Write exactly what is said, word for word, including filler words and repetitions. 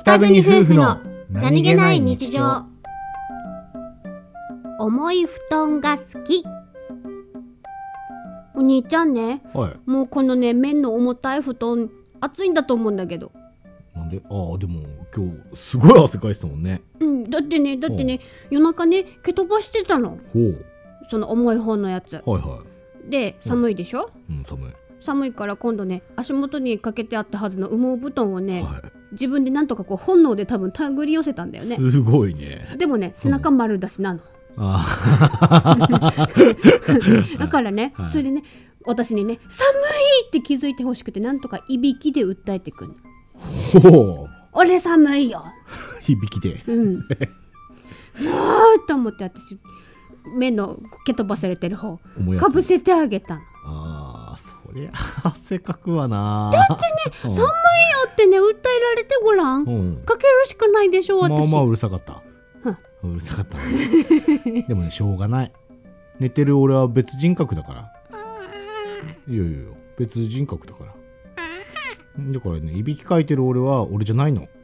北国夫婦の何気ない日常。 重い布団が好き。お兄ちゃんね、 はい。 もうこのね綿の重たい布団暑いんだと思うんだけど。 なんで、ああでも今日すごい汗かいてたもんね。 うんだってねだってね夜中ね蹴飛ばしてたの、 ほう。 その重い方のやつはいはで。寒いでしょ、 い。うん、寒い。 寒いから今度ね足元にかけてあったはずの羽毛布団をね、 は自分でなんとかこう本能で多分手繰り寄せたんだよい。 ね。 すごいね。 でもね背中丸出しなの、 あだからね、 はいそれでね私にね寒いって気づいてほしくてなんとかいびきで訴えてくるの。 あ。ほう。 俺寒いよ。 響きで。 うんもうと思って私目の蹴飛ばされてる方重いやつかぶせてあげたの。 ああ、そりゃ汗かくわな。だってね、 寒いよってね訴えられてごらん、 うん。 かけるしかないでしょ私。 まあまあうるさかった。うるさかったね。でもね、しょうがない。寝てる俺は別人格だから。いやいやいや、別人格だから。だからね、いびきかいてる俺は俺じゃないの。